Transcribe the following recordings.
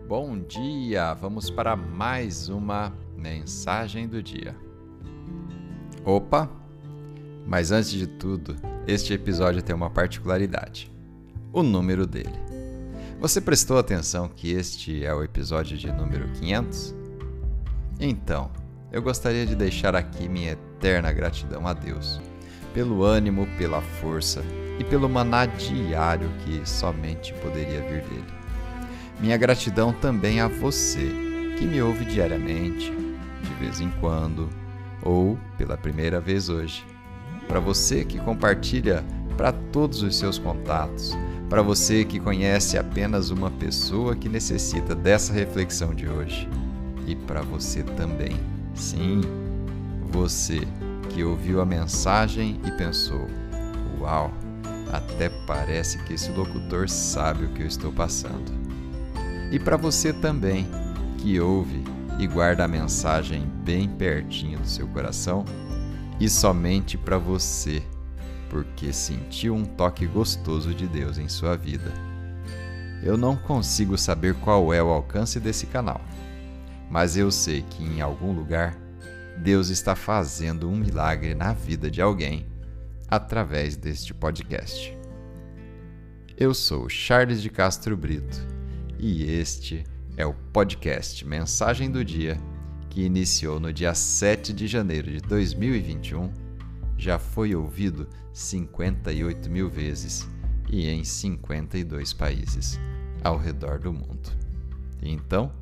Bom dia! Vamos para mais uma mensagem do dia. Opa! Mas antes de tudo, este episódio tem uma particularidade: o número dele. Você prestou atenção que este é o episódio de número 500? Então, eu gostaria de deixar aqui minha eterna gratidão a Deus, pelo ânimo, pela força e pelo maná diário que somente poderia vir dele. Minha gratidão também a você, que me ouve diariamente, de vez em quando, ou pela primeira vez hoje. Para você que compartilha para todos os seus contatos, para você que conhece apenas uma pessoa que necessita dessa reflexão de hoje. E para você também, sim, você que ouviu a mensagem e pensou: uau, até parece que esse locutor sabe o que eu estou passando. E para você também, que ouve e guarda a mensagem bem pertinho do seu coração, e somente para você, porque sentiu um toque gostoso de Deus em sua vida. Eu não consigo saber qual é o alcance desse canal, mas eu sei que em algum lugar Deus está fazendo um milagre na vida de alguém através deste podcast. Eu sou Charles de Castro Brito e este é o podcast Mensagem do Dia, que iniciou no dia 7 de janeiro de 2021, já foi ouvido 58 mil vezes e em 52 países ao redor do mundo. Então,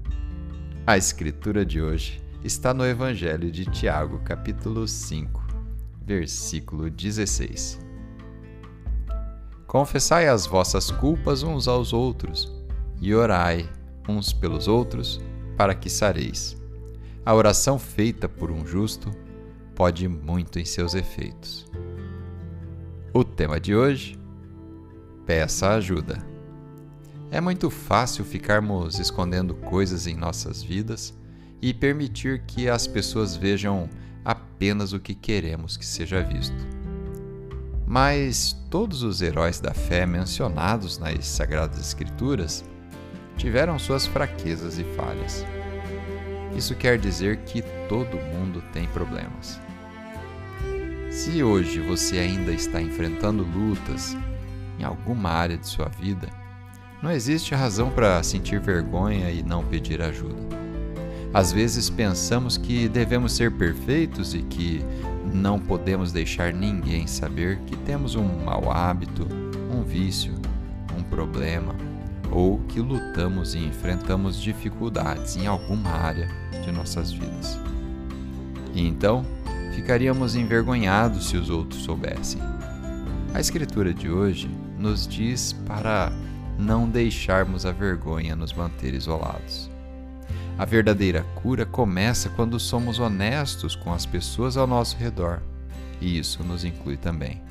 a escritura de hoje está no Evangelho de Tiago, capítulo 5, versículo 16. Confessai as vossas culpas uns aos outros e orai uns pelos outros para que sareis. A oração feita por um justo pode muito em seus efeitos. O tema de hoje: peça ajuda. É muito fácil ficarmos escondendo coisas em nossas vidas e permitir que as pessoas vejam apenas o que queremos que seja visto. Mas todos os heróis da fé mencionados nas Sagradas Escrituras tiveram suas fraquezas e falhas. Isso quer dizer que todo mundo tem problemas. Se hoje você ainda está enfrentando lutas em alguma área de sua vida, não existe razão para sentir vergonha e não pedir ajuda. Às vezes pensamos que devemos ser perfeitos e que não podemos deixar ninguém saber que temos um mau hábito, um vício, um problema, ou que lutamos e enfrentamos dificuldades em alguma área de nossas vidas. E então, ficaríamos envergonhados se os outros soubessem. A Escritura de hoje nos diz para não deixarmos a vergonha nos manter isolados. A verdadeira cura começa quando somos honestos com as pessoas ao nosso redor, e isso nos inclui também.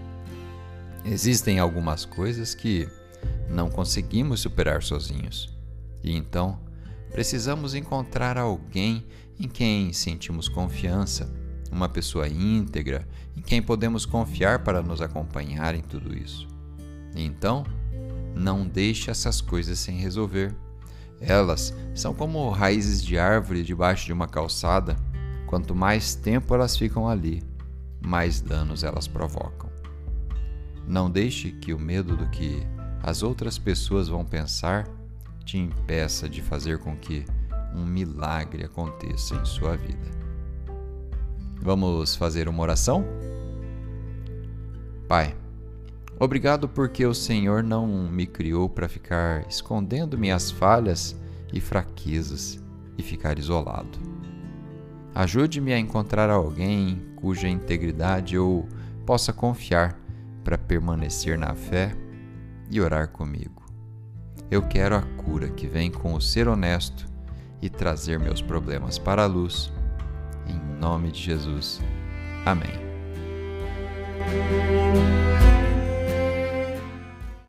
Existem algumas coisas que não conseguimos superar sozinhos, e então precisamos encontrar alguém em quem sentimos confiança, uma pessoa íntegra em quem podemos confiar para nos acompanhar em tudo isso. E então, não deixe essas coisas sem resolver. Elas são como raízes de árvore debaixo de uma calçada. Quanto mais tempo elas ficam ali, mais danos elas provocam. Não deixe que o medo do que as outras pessoas vão pensar te impeça de fazer com que um milagre aconteça em sua vida. Vamos fazer uma oração? Pai, obrigado porque o Senhor não me criou para ficar escondendo minhas falhas e fraquezas e ficar isolado. Ajude-me a encontrar alguém cuja integridade eu possa confiar para permanecer na fé e orar comigo. Eu quero a cura que vem com o ser honesto e trazer meus problemas para a luz. Em nome de Jesus. Amém.